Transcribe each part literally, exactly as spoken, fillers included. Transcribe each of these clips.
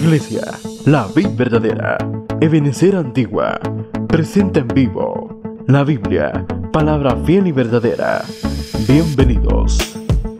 Iglesia, la vid verdadera, Ebenecer Antigua, presenta en vivo la Biblia, palabra fiel y verdadera. Bienvenidos.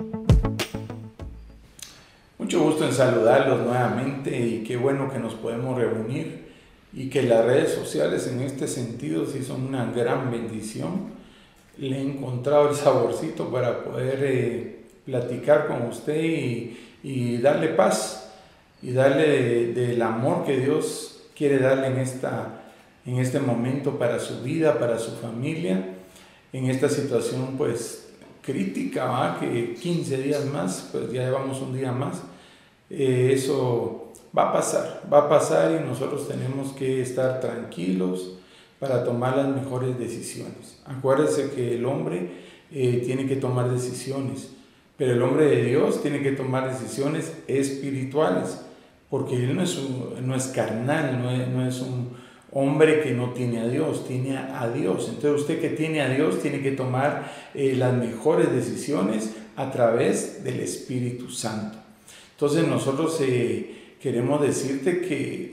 Mucho gusto en saludarlos nuevamente y qué bueno que nos podemos reunir y que las redes sociales en este sentido sí son una gran bendición. Le he encontrado el saborcito para poder eh, platicar con usted y, y darle paz y darle de, del amor que Dios quiere darle en, esta, en este momento para su vida, para su familia, en esta situación pues crítica, ¿va? Que quince días más, pues ya llevamos un día más, eh, eso va a pasar, va a pasar y nosotros tenemos que estar tranquilos para tomar las mejores decisiones. Acuérdense que el hombre eh, tiene que tomar decisiones, pero el hombre de Dios tiene que tomar decisiones espirituales, porque él no es, un, no es carnal, no es, no es un hombre que no tiene a Dios, tiene a, a Dios. Entonces usted que tiene a Dios tiene que tomar eh, las mejores decisiones a través del Espíritu Santo. Entonces nosotros eh, queremos decirte que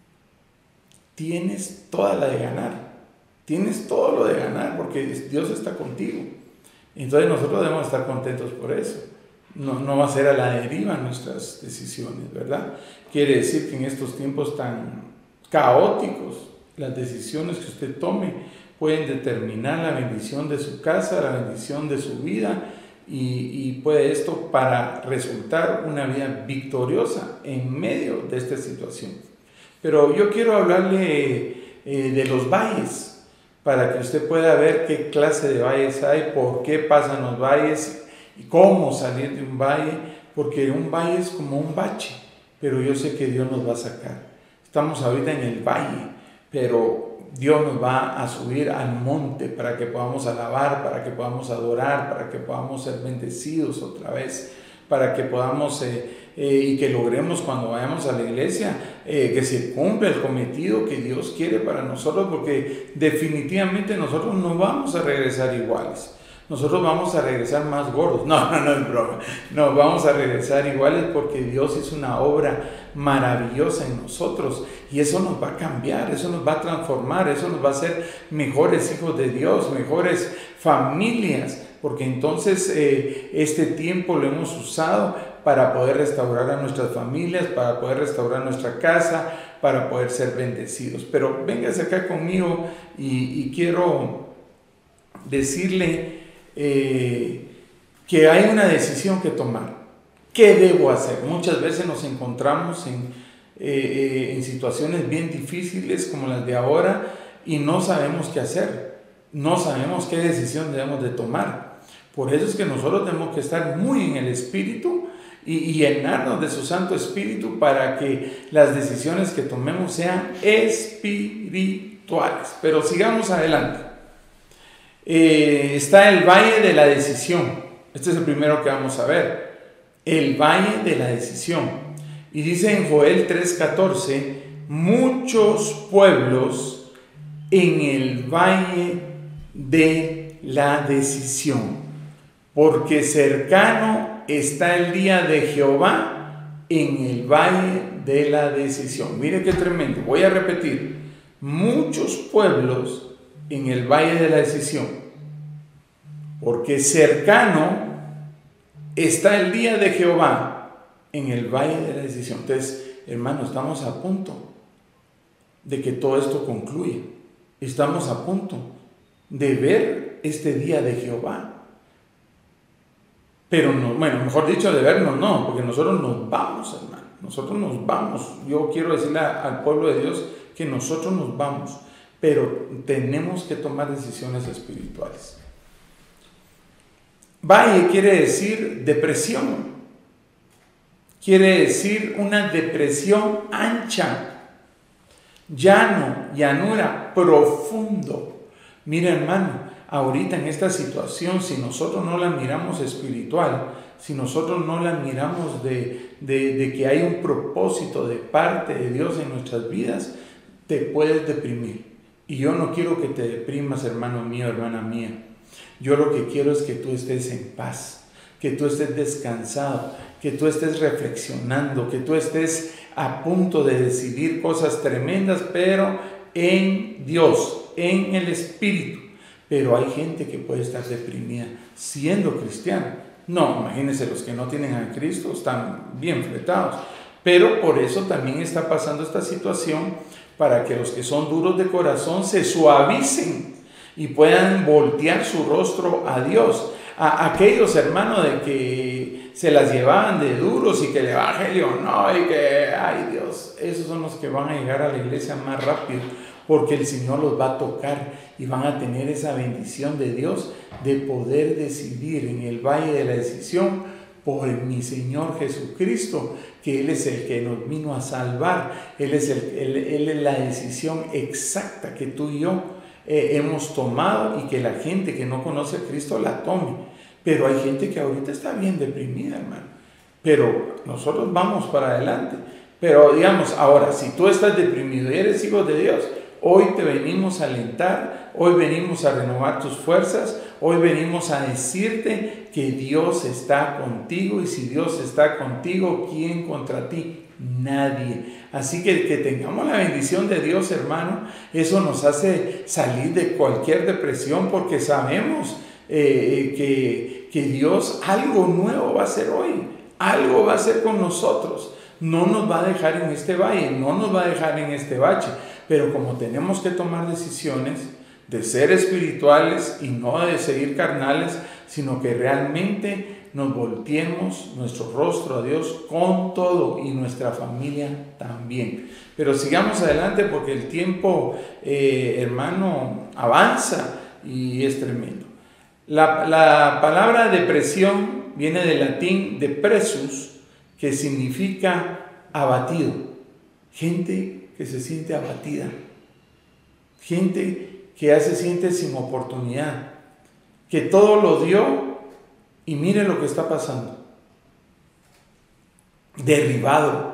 tienes toda la de ganar, tienes todo lo de ganar porque Dios está contigo. Entonces nosotros debemos estar contentos por eso. No, no va a ser a la deriva nuestras decisiones, ¿verdad? Quiere decir que en estos tiempos tan caóticos, las decisiones que usted tome pueden determinar la bendición de su casa, la bendición de su vida y, y puede esto para resultar una vida victoriosa en medio de esta situación. Pero yo quiero hablarle eh, de los valles, para que usted pueda ver qué clase de valles hay, por qué pasan los valles y cómo salir de un valle, porque un valle es como un bache, pero yo sé que Dios nos va a sacar. Estamos ahorita en el valle, pero Dios nos va a subir al monte para que podamos alabar, para que podamos adorar, para que podamos ser bendecidos otra vez, para que podamos... Eh, Eh, y que logremos cuando vayamos a la iglesia eh, que se cumpla el cometido que Dios quiere para nosotros, porque definitivamente nosotros no vamos a regresar iguales, nosotros vamos a regresar más gordos, no, no, no es broma, no, vamos a regresar iguales porque Dios hizo una obra maravillosa en nosotros y eso nos va a cambiar, eso nos va a transformar, eso nos va a hacer mejores hijos de Dios, mejores familias, porque entonces eh, este tiempo lo hemos usado para poder restaurar a nuestras familias, para poder restaurar nuestra casa, para poder ser bendecidos. Pero véngase acá conmigo y, y quiero decirle eh, que hay una decisión que tomar. ¿Qué debo hacer? Muchas veces nos encontramos en, eh, en situaciones bien difíciles como las de ahora y no sabemos qué hacer, no sabemos qué decisión debemos de tomar. Por eso es que nosotros tenemos que estar muy en el Espíritu y, y llenarnos de su Santo Espíritu para que las decisiones que tomemos sean espirituales. Pero sigamos adelante. Eh, está el Valle de la Decisión. Este es el primero que vamos a ver. El Valle de la Decisión. Y dice en Joel tres catorce, muchos pueblos en el Valle de la Decisión, porque cercano está el día de Jehová en el valle de la decisión. Mire qué tremendo. Voy a repetir. Muchos pueblos en el valle de la decisión, porque cercano está el día de Jehová en el valle de la decisión. Entonces, hermano, estamos a punto de que todo esto concluya. Estamos a punto de ver este día de Jehová. Pero no, bueno, mejor dicho, de vernos no, porque nosotros nos vamos, hermano, nosotros nos vamos. Yo quiero decirle a, al pueblo de Dios que nosotros nos vamos, pero tenemos que tomar decisiones espirituales. Valle quiere decir depresión, quiere decir una depresión ancha, llano, llanura, profundo. Mira, hermano, ahorita en esta situación, si nosotros no la miramos espiritual, si nosotros no la miramos de, de, de que hay un propósito de parte de Dios en nuestras vidas, te puedes deprimir. Y yo no quiero que te deprimas, hermano mío, hermana mía. Yo lo que quiero es que tú estés en paz, que tú estés descansado, que tú estés reflexionando, que tú estés a punto de decidir cosas tremendas, pero en Dios, en el Espíritu. Pero hay gente que puede estar deprimida siendo cristiana. No, imagínense, los que no tienen a Cristo están bien fletados. Pero por eso también está pasando esta situación, para que los que son duros de corazón se suavicen y puedan voltear su rostro a Dios. A aquellos hermanos de que se las llevaban de duros y que el evangelio no, y que, ay Dios, esos son los que van a llegar a la iglesia más rápido, porque el Señor los va a tocar y van a tener esa bendición de Dios de poder decidir en el valle de la decisión por mi Señor Jesucristo, que Él es el que nos vino a salvar. Él es, el, él, él es la decisión exacta que tú y yo eh, hemos tomado, y que la gente que no conoce a Cristo la tome. Pero hay gente que ahorita está bien deprimida, hermano. Pero nosotros vamos para adelante. Pero digamos, ahora, si tú estás deprimido y eres hijo de Dios, hoy te venimos a alentar, hoy venimos a renovar tus fuerzas, hoy venimos a decirte que Dios está contigo, y si Dios está contigo, ¿quién contra ti? Nadie. Así que que tengamos la bendición de Dios, hermano, eso nos hace salir de cualquier depresión, porque sabemos eh, que, que Dios algo nuevo va a hacer hoy, algo va a hacer con nosotros. No nos va a dejar en este valle, no nos va a dejar en este bache. Pero como tenemos que tomar decisiones de ser espirituales y no de seguir carnales, sino que realmente nos volteemos nuestro rostro a Dios con todo, y nuestra familia también. Pero sigamos adelante, porque el tiempo, eh, hermano, avanza y es tremendo. La, la palabra depresión viene del latín depressus, que significa abatido. Gente que se siente abatida, gente que ya se siente sin oportunidad, que todo lo dio y mire lo que está pasando. Derribado.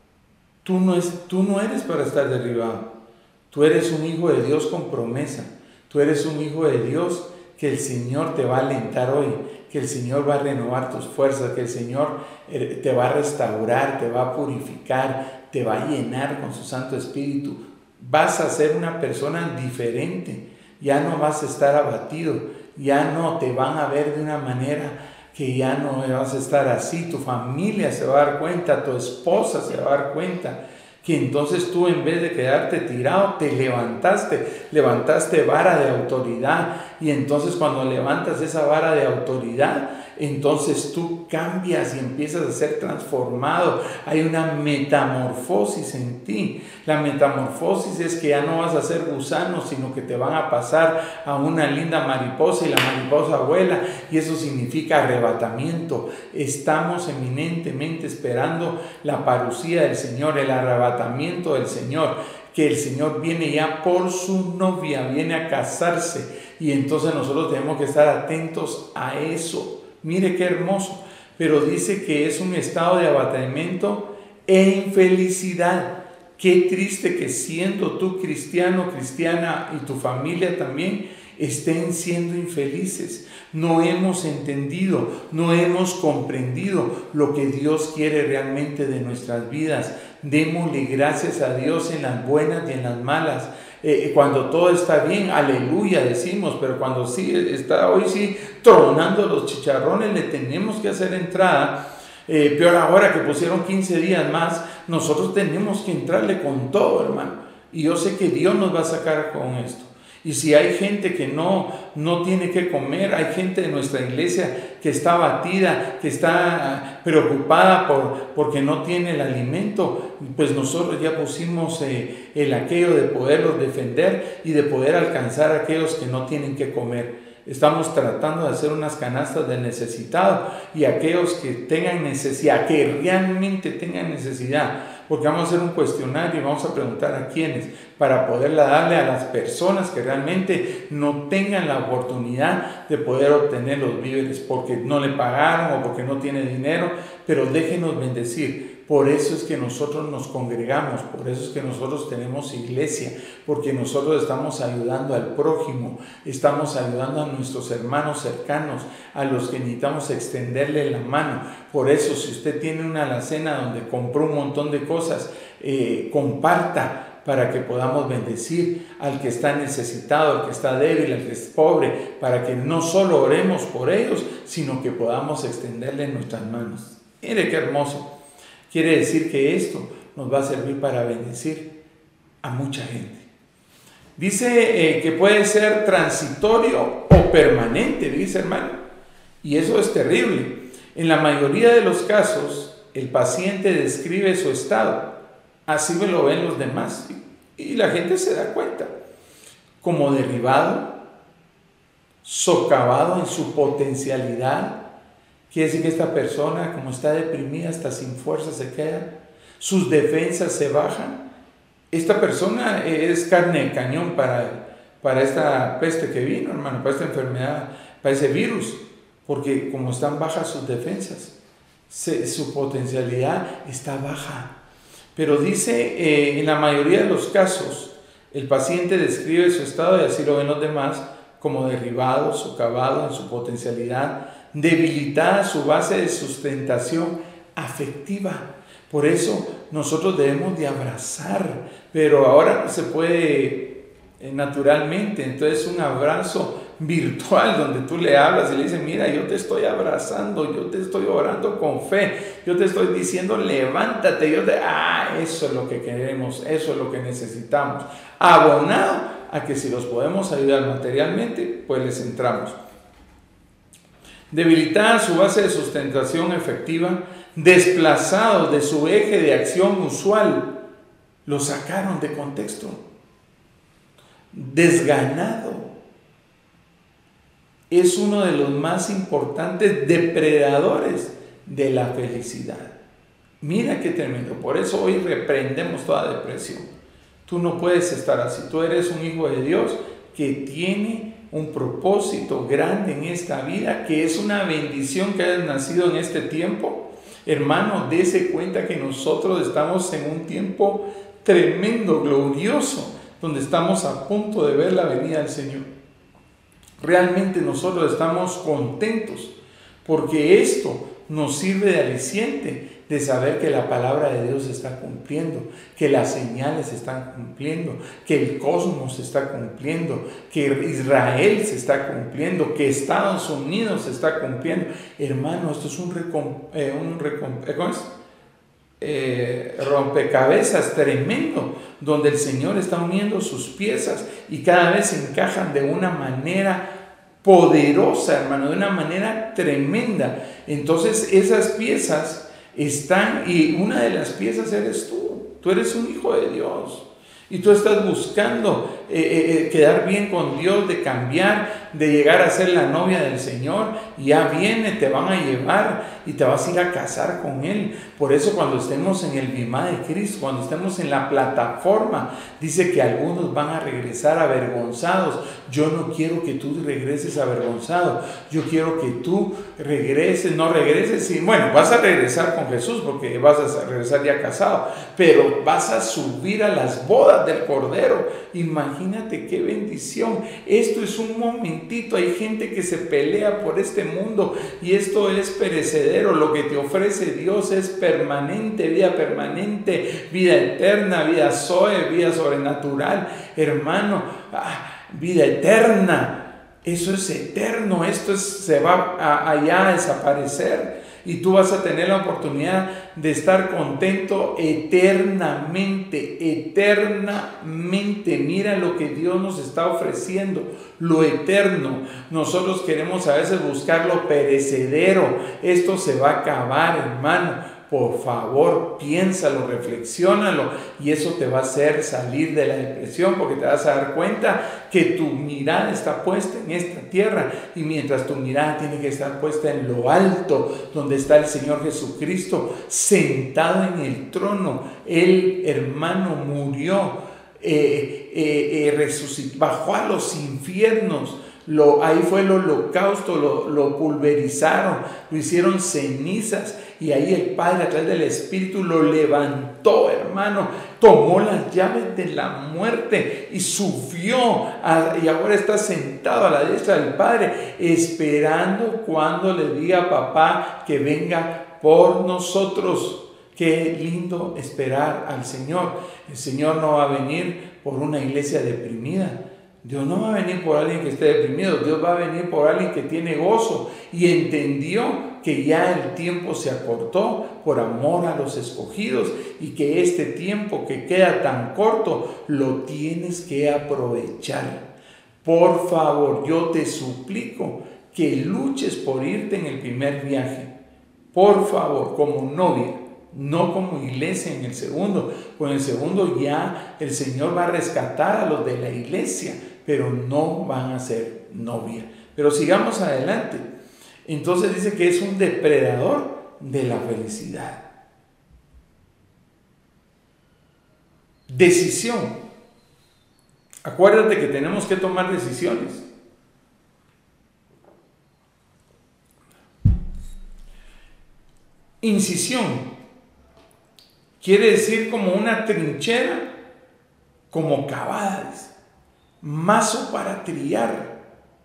Tú no, es, tú no eres para estar derribado. Tú eres un hijo de Dios con promesa. Tú eres un hijo de Dios que el Señor te va a alentar hoy, que el Señor va a renovar tus fuerzas, que el Señor te va a restaurar, te va a purificar, te va a llenar con su Santo Espíritu. Vas a ser una persona diferente, ya no vas a estar abatido, ya no te van a ver de una manera que ya no vas a estar así. Tu familia se va a dar cuenta, tu esposa se va a dar cuenta, que entonces tú, en vez de quedarte tirado, te levantaste, levantaste vara de autoridad, y entonces cuando levantas esa vara de autoridad, entonces tú cambias y empiezas a ser transformado. Hay una metamorfosis en ti. La metamorfosis es que ya no vas a ser gusano, sino que te van a pasar a una linda mariposa, y la mariposa vuela, y eso significa arrebatamiento. Estamos eminentemente esperando la parucía del Señor, el arrebatamiento del Señor, que el Señor viene ya por su novia, viene a casarse, y entonces nosotros tenemos que estar atentos a eso. Mire qué hermoso, pero dice que es un estado de abatimiento e infelicidad. Qué triste que, siendo tú cristiano, cristiana, y tu familia también, estén siendo infelices. No hemos entendido, no hemos comprendido lo que Dios quiere realmente de nuestras vidas. Démosle gracias a Dios en las buenas y en las malas. Eh, cuando todo está bien, aleluya decimos, pero cuando sí está hoy sí tronando los chicharrones, le tenemos que hacer entrada. Eh, peor ahora que pusieron quince días más, nosotros tenemos que entrarle con todo, hermano. Y yo sé que Dios nos va a sacar con esto. Y si hay gente que no, no tiene que comer, hay gente de nuestra iglesia que está abatida, que está preocupada por, porque no tiene el alimento, pues nosotros ya pusimos eh, el aquello de poderlos defender y de poder alcanzar a aquellos que no tienen que comer. Estamos tratando de hacer unas canastas de necesitado, y aquellos que tengan necesidad, que realmente tengan necesidad, porque vamos a hacer un cuestionario y vamos a preguntar a quiénes, para poderla darle a las personas que realmente no tengan la oportunidad de poder obtener los víveres, porque no le pagaron o porque no tiene dinero. Pero déjenos bendecir, Por eso es que nosotros nos congregamos, por eso es que nosotros tenemos iglesia, porque nosotros estamos ayudando al prójimo, estamos ayudando a nuestros hermanos cercanos, a los que necesitamos extenderle la mano. Por eso, si usted tiene una alacena donde compró un montón de cosas, eh, comparta, para que podamos bendecir al que está necesitado, al que está débil, al que es pobre, para que no solo oremos por ellos, sino que podamos extenderle nuestras manos. Mire qué hermoso. Quiere decir que esto nos va a servir para bendecir a mucha gente. Dice eh, que puede ser transitorio o permanente, dice hermano, y eso es terrible. En la mayoría de los casos, el paciente describe su estado. Así me lo ven los demás y la gente se da cuenta, como derribado, socavado en su potencialidad. Quiere decir que esta persona, como está deprimida, hasta sin fuerza se queda, sus defensas se bajan. Esta persona es carne de cañón para, para esta peste que vino, hermano, para esta enfermedad, para ese virus, porque como están bajas sus defensas, se, su potencialidad está baja. Pero dice, eh, en la mayoría de los casos, el paciente describe su estado, y así lo ven los demás, como derribado, socavado en su potencialidad, debilitada su base de sustentación afectiva. Por eso nosotros debemos de abrazar, pero ahora no se puede eh, naturalmente. Entonces un abrazo virtual donde tú le hablas y le dices, mira, yo te estoy abrazando, yo te estoy orando con fe, yo te estoy diciendo, levántate, yo te... Ah, eso es lo que queremos, eso es lo que necesitamos. Abonado a que si los podemos ayudar materialmente, pues les entramos. Debilitada su base de sustentación efectiva, desplazado de su eje de acción usual, lo sacaron de contexto. Desganado. Es uno de los más importantes depredadores de la felicidad. Mira qué tremendo. Por eso hoy reprendemos toda depresión. Tú no puedes estar así. Tú eres un hijo de Dios que tiene un propósito grande en esta vida, que es una bendición que hayas nacido en este tiempo. Hermano, dése cuenta que nosotros estamos en un tiempo tremendo, glorioso, donde estamos a punto de ver la venida del Señor. Realmente nosotros estamos contentos porque esto nos sirve de aliciente, de saber que la palabra de Dios se está cumpliendo, que las señales se están cumpliendo, que el cosmos se está cumpliendo, que Israel se está cumpliendo, que Estados Unidos se está cumpliendo. Hermano, esto es un, recom, eh, un recom, eh, ¿cómo es? Eh, rompecabezas tremendo, donde el Señor está uniendo sus piezas y cada vez se encajan de una manera poderosa, hermano, de una manera tremenda. Entonces esas piezas están, y una de las piezas eres tú. Tú eres un hijo de Dios y tú estás buscando eh, eh, quedar bien con Dios, de cambiar, de llegar a ser la novia del Señor. Y ya viene, te van a llevar y te vas a ir a casar con Él. Por eso cuando estemos en el bimá de Cristo, cuando estemos en la plataforma, dice que algunos van a regresar avergonzados. Yo no quiero que tú regreses avergonzado. Yo quiero que tú regreses, no regreses, y bueno, vas a regresar con Jesús porque vas a regresar ya casado, pero vas a subir a las bodas del Cordero. Imagínate qué bendición. Esto es un momentito. Hay gente que se pelea por este mundo y esto es perecedero. Lo que te ofrece Dios es permanente, vida permanente, vida eterna, vida zoe, vida sobrenatural, hermano, ah, vida eterna. Eso es eterno. Esto es, se va a, allá a desaparecer. Y tú vas a tener la oportunidad de estar contento eternamente, eternamente. Mira lo que Dios nos está ofreciendo, lo eterno. Nosotros queremos a veces buscar lo perecedero. Esto se va a acabar, hermano. Por favor, piénsalo, reflexiónalo, y eso te va a hacer salir de la depresión, porque te vas a dar cuenta que tu mirada está puesta en esta tierra, y mientras tu mirada tiene que estar puesta en lo alto, donde está el Señor Jesucristo sentado en el trono. El hermano murió, eh, eh, eh, resucitó, bajó a los infiernos. Lo, ahí fue el holocausto, lo, lo pulverizaron, lo hicieron cenizas. Y ahí el Padre, a través del Espíritu, lo levantó, hermano, tomó las llaves de la muerte y subió a, y ahora está sentado a la diestra del Padre, esperando cuando le diga a papá que venga por nosotros. Qué lindo esperar al Señor. El Señor no va a venir por una iglesia deprimida. Dios no va a venir por alguien que esté deprimido. Dios va a venir por alguien que tiene gozo y entendió que ya el tiempo se acortó por amor a los escogidos y que este tiempo que queda tan corto lo tienes que aprovechar. Por favor, yo te suplico que luches por irte en el primer viaje. Por favor, como novia. No como iglesia en el segundo. Con el segundo ya el Señor va a rescatar a los de la iglesia, pero no van a ser novia. Pero sigamos adelante. Entonces dice que es un depredador de la felicidad. Decisión. Acuérdate que tenemos que tomar decisiones. Incisión. Quiere decir como una trinchera, como cavadas, mazo para trillar,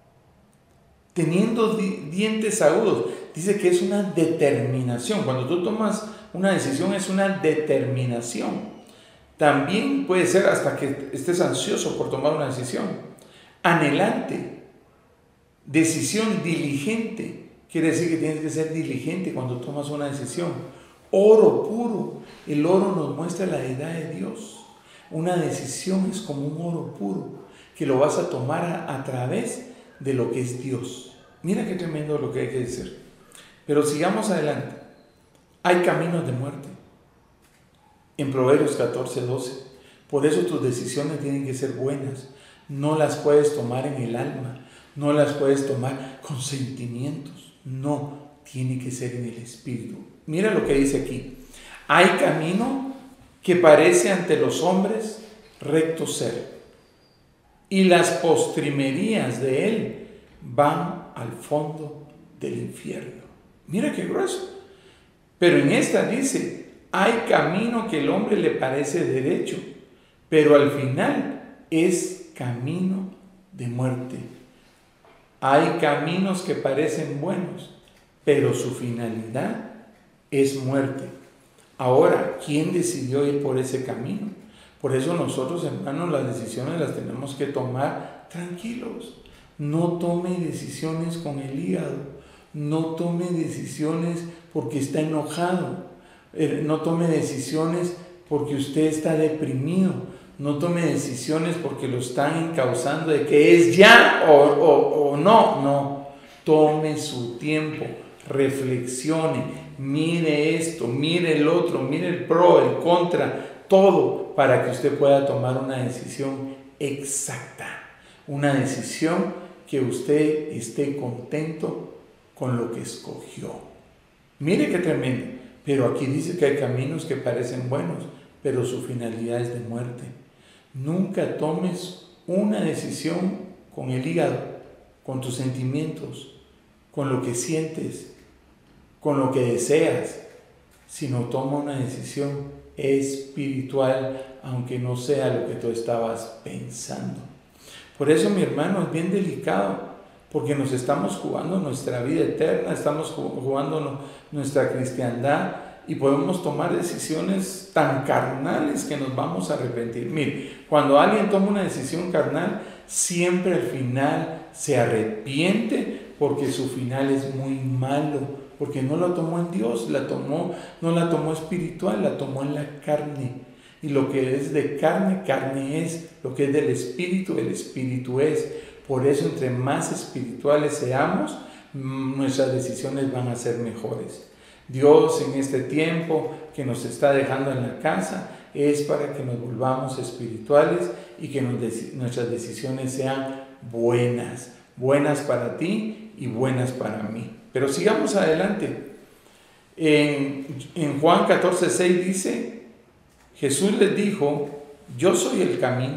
teniendo di- dientes agudos. Dice que es una determinación. Cuando tú tomas una decisión es una determinación. También puede ser hasta que estés ansioso por tomar una decisión. Anhelante, decisión diligente. Quiere decir que tienes que ser diligente cuando tomas una decisión. Oro puro. El oro nos muestra la deidad de Dios. Una decisión es como un oro puro que lo vas a tomar a, a través de lo que es Dios. Mira qué tremendo lo que hay que decir. Pero sigamos adelante. Hay caminos de muerte. En Proverbios catorce, doce. Por eso tus decisiones tienen que ser buenas. No las puedes tomar en el alma. No las puedes tomar con sentimientos. No, tiene que ser en el espíritu. Mira lo que dice aquí. Hay camino que parece ante los hombres recto ser, y las postrimerías de él van al fondo del infierno. Mira qué grueso. Pero en esta dice, hay camino que el hombre le parece derecho, pero al final es camino de muerte. Hay caminos que parecen buenos, pero su finalidad es muerte. Ahora, ¿quién decidió ir por ese camino? Por eso nosotros, hermanos, las decisiones las tenemos que tomar tranquilos. No tome decisiones con el hígado. No tome decisiones porque está enojado. No tome decisiones porque usted está deprimido. No tome decisiones porque lo están encauzando de que es ya o, o, o no. No. Tome su tiempo. Reflexione. Mire esto, mire el otro, mire el pro, el contra, todo para que usted pueda tomar una decisión exacta, una decisión que usted esté contento con lo que escogió. Mire qué tremendo, pero aquí dice que hay caminos que parecen buenos, pero su finalidad es de muerte. Nunca tomes una decisión con el hígado, con tus sentimientos, con lo que sientes, con lo que deseas, sino toma una decisión espiritual, aunque no sea lo que tú estabas pensando. Por eso, mi hermano, es bien delicado, porque nos estamos jugando nuestra vida eterna, estamos jugando nuestra cristiandad y podemos tomar decisiones tan carnales que nos vamos a arrepentir. Mire, cuando alguien toma una decisión carnal, siempre al final se arrepiente porque su final es muy malo. Porque no la tomó en Dios, la tomó, no la tomó espiritual, la tomó en la carne. Y lo que es de carne, carne es. Lo que es del espíritu, el espíritu es. Por eso, entre más espirituales seamos, nuestras decisiones van a ser mejores. Dios, en este tiempo que nos está dejando en la casa, es para que nos volvamos espirituales y que nos de- nuestras decisiones sean buenas. Buenas para ti y buenas para mí. Pero sigamos adelante. En, en Juan catorce, seis dice, Jesús les dijo, yo soy el camino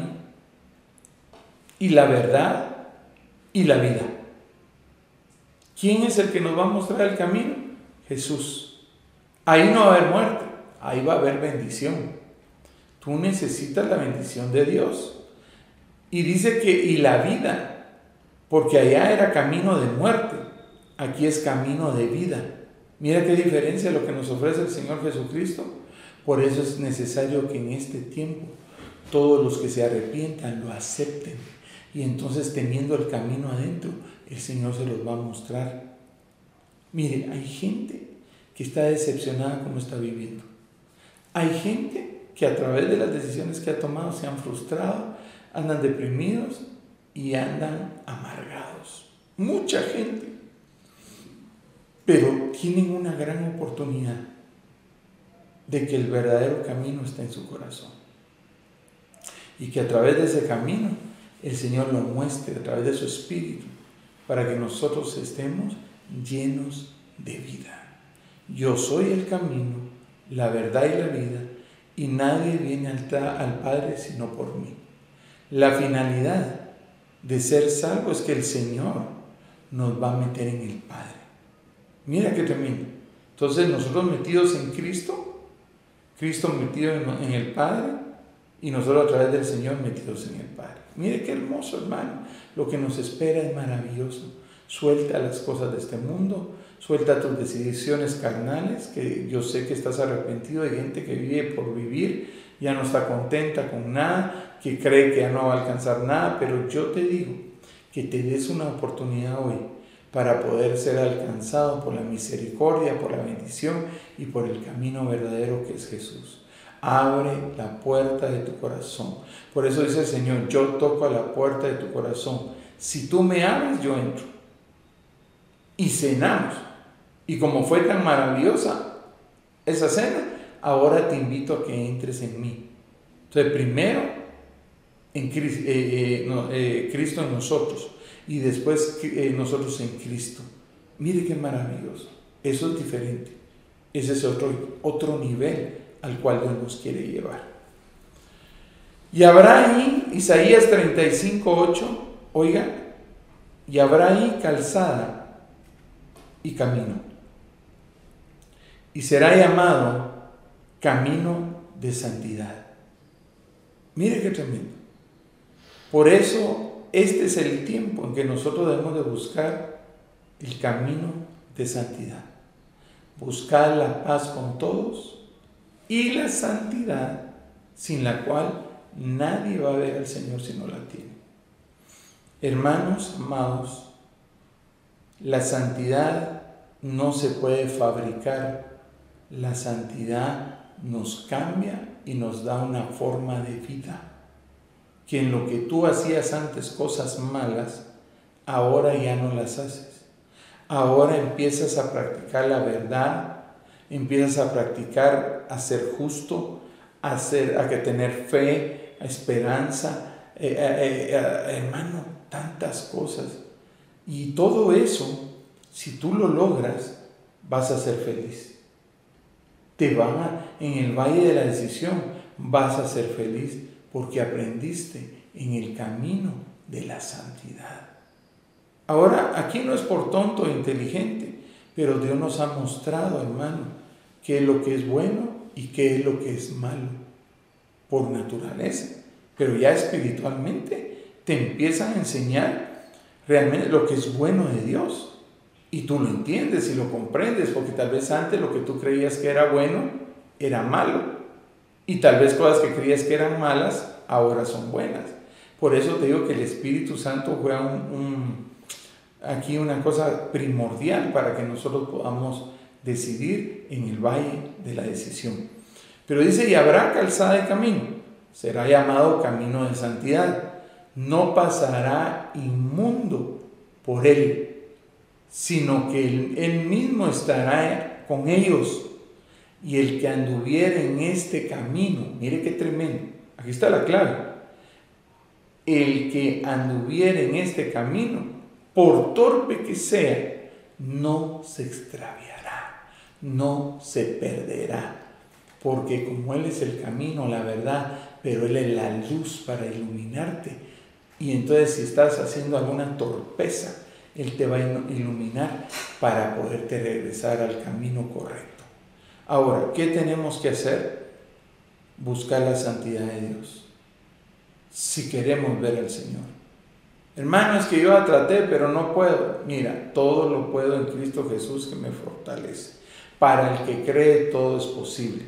y la verdad y la vida. ¿Quién es el que nos va a mostrar el camino? Jesús. Ahí no va a haber muerte, ahí va a haber bendición. Tú necesitas la bendición de Dios. Y dice que, y la vida, porque allá era camino de muerte, aquí es camino de vida. Mira qué diferencia lo que nos ofrece el Señor Jesucristo. Por eso es necesario que en este tiempo todos los que se arrepientan lo acepten. Y entonces, teniendo el camino adentro, el Señor se los va a mostrar. Mire, hay gente que está decepcionada como está viviendo. Hay gente que a través de las decisiones que ha tomado se han frustrado, andan deprimidos y andan amargados. Mucha gente. Pero tienen una gran oportunidad de que el verdadero camino está en su corazón. Y que a través de ese camino el Señor lo muestre a través de su Espíritu para que nosotros estemos llenos de vida. Yo soy el camino, la verdad y la vida, y nadie viene al, al Padre sino por mí. La finalidad de ser salvo es que el Señor nos va a meter en el Padre. Mira qué tremendo. Entonces nosotros metidos en Cristo, Cristo metido en, en el Padre, y nosotros a través del Señor metidos en el Padre. Mire qué hermoso, hermano. Lo que nos espera es maravilloso. Suelta las cosas de este mundo, suelta tus decisiones carnales, que yo sé que estás arrepentido. Hay gente que vive por vivir, ya no está contenta con nada, que cree que ya no va a alcanzar nada, pero yo te digo que te des una oportunidad hoy para poder ser alcanzado por la misericordia, por la bendición y por el camino verdadero que es Jesús. Abre la puerta de tu corazón. Por eso dice el Señor, yo toco a la puerta de tu corazón. Si tú me abres, yo entro. Y cenamos. Y como fue tan maravillosa esa cena, ahora te invito a que entres en mí. Entonces, primero, en Cristo, eh, eh, no, eh, Cristo en nosotros. Y después eh, nosotros en Cristo. Mire qué maravilloso. Eso es diferente. Ese es otro, otro nivel al cual Dios nos quiere llevar. Y habrá ahí, Isaías treinta y cinco, ocho, oiga, y habrá ahí calzada y camino, y será llamado camino de santidad. Mire qué tremendo. Por eso este es el tiempo en que nosotros debemos de buscar el camino de santidad, buscar la paz con todos y la santidad, sin la cual nadie va a ver al Señor si no la tiene. Hermanos amados, la santidad no se puede fabricar. La santidad nos cambia y nos da una forma de vida. Que en lo que tú hacías antes cosas malas, ahora ya no las haces. Ahora empiezas a practicar la verdad, empiezas a practicar a ser justo, a, ser, a que tener fe, a esperanza, eh, eh, eh, hermano, tantas cosas. Y todo eso, si tú lo logras, vas a ser feliz. Te van a, en el valle de la decisión, vas a ser feliz porque aprendiste en el camino de la santidad. Ahora, aquí no es por tonto e inteligente, pero Dios nos ha mostrado, hermano, qué es lo que es bueno y qué es lo que es malo por naturaleza. Pero ya espiritualmente te empiezan a enseñar realmente lo que es bueno de Dios. Y tú lo entiendes y lo comprendes, porque tal vez antes lo que tú creías que era bueno era malo. Y tal vez cosas que creías que eran malas ahora son buenas. Por eso te digo que el Espíritu Santo juega un, un, aquí una cosa primordial para que nosotros podamos decidir en el valle de la decisión. Pero dice, y habrá calzada de camino, será llamado camino de santidad, no pasará inmundo por él, sino que él, él mismo estará con ellos, y el que anduviere en este camino, mire qué tremendo, aquí está la clave, el que anduviere en este camino, por torpe que sea, no se extraviará, no se perderá, porque como Él es el camino, la verdad, pero Él es la luz para iluminarte, y entonces si estás haciendo alguna torpeza, Él te va a iluminar para poderte regresar al camino correcto. Ahora, ¿qué tenemos que hacer? Buscar la santidad de Dios, si queremos ver al Señor. Hermano, es que yo la traté, pero no puedo. Mira, todo lo puedo en Cristo Jesús que me fortalece. Para el que cree, todo es posible.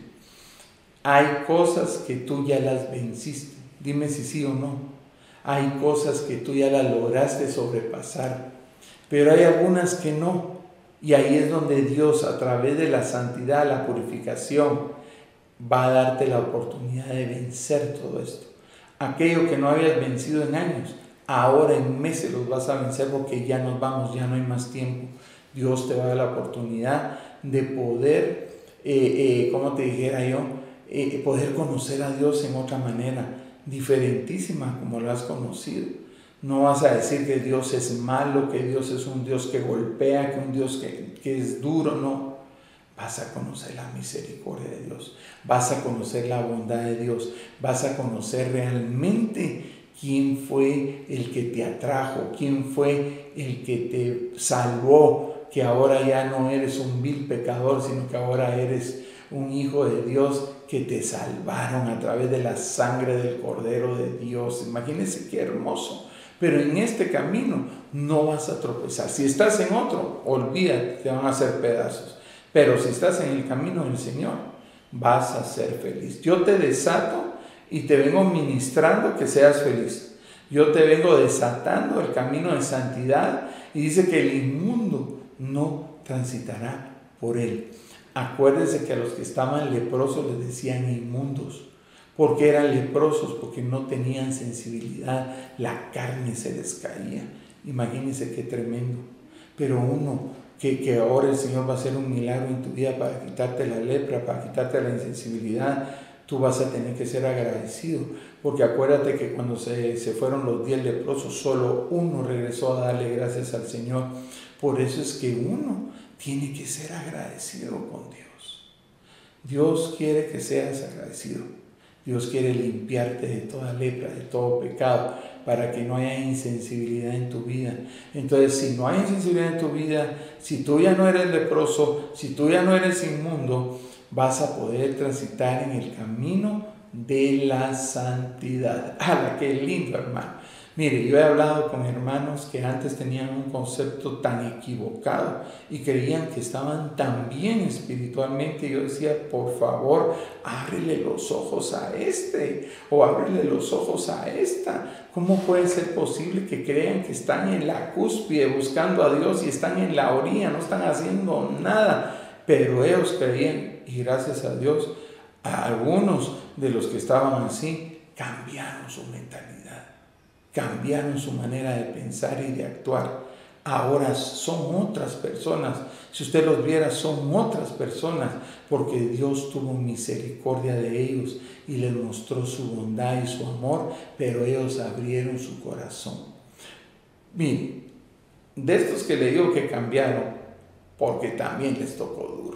Hay cosas que tú ya las venciste. Dime si sí o no. Hay cosas que tú ya las lograste sobrepasar, pero hay algunas que no. Y ahí es donde Dios, a través de la santidad, la purificación, va a darte la oportunidad de vencer todo esto. Aquello que no habías vencido en años, ahora en meses los vas a vencer, porque ya nos vamos, ya no hay más tiempo. Dios te va a dar la oportunidad de poder, eh, eh, como te dijera yo, eh, poder conocer a Dios en otra manera, diferentísima como lo has conocido. No vas a decir que Dios es malo, que Dios es un Dios que golpea, que un Dios que, que es duro, no. Vas a conocer la misericordia de Dios, vas a conocer la bondad de Dios, vas a conocer realmente quién fue el que te atrajo, quién fue el que te salvó, que ahora ya no eres un vil pecador, sino que ahora eres un hijo de Dios, que te salvaron a través de la sangre del Cordero de Dios. Imagínense qué hermoso. Pero en este camino no vas a tropezar. Si estás en otro, olvídate, te van a hacer pedazos. Pero si estás en el camino del Señor, vas a ser feliz. Yo te desato y te vengo ministrando que seas feliz. Yo te vengo desatando el camino de santidad, y dice que el inmundo no transitará por él. Acuérdense que a los que estaban leprosos les decían inmundos. ¿Por qué eran leprosos? Porque no tenían sensibilidad, la carne se les caía. Imagínense qué tremendo. Pero uno, que, que ahora el Señor va a hacer un milagro en tu vida para quitarte la lepra, para quitarte la insensibilidad, tú vas a tener que ser agradecido. Porque acuérdate que cuando se, se fueron los diez leprosos, solo uno regresó a darle gracias al Señor. Por eso es que uno tiene que ser agradecido con Dios. Dios quiere que seas agradecido. Dios quiere limpiarte de toda lepra, de todo pecado, para que no haya insensibilidad en tu vida. Entonces, si no hay insensibilidad en tu vida, si tú ya no eres leproso, si tú ya no eres inmundo, vas a poder transitar en el camino de la santidad. ¡Hala, qué lindo, hermano! Mire, yo he hablado con hermanos que antes tenían un concepto tan equivocado y creían que estaban tan bien espiritualmente. Yo decía, por favor, ábrele los ojos a este o ábrele los ojos a esta. ¿Cómo puede ser posible que crean que están en la cúspide buscando a Dios y están en la orilla, no están haciendo nada? Pero ellos creían, y gracias a Dios, a algunos de los que estaban así cambiaron su mentalidad. Cambiaron su manera de pensar y de actuar. Ahora son otras personas. Si usted los viera, son otras personas, porque Dios tuvo misericordia de ellos y les mostró su bondad y su amor, pero ellos abrieron su corazón. Miren, de estos que le digo que cambiaron, porque también les tocó duro.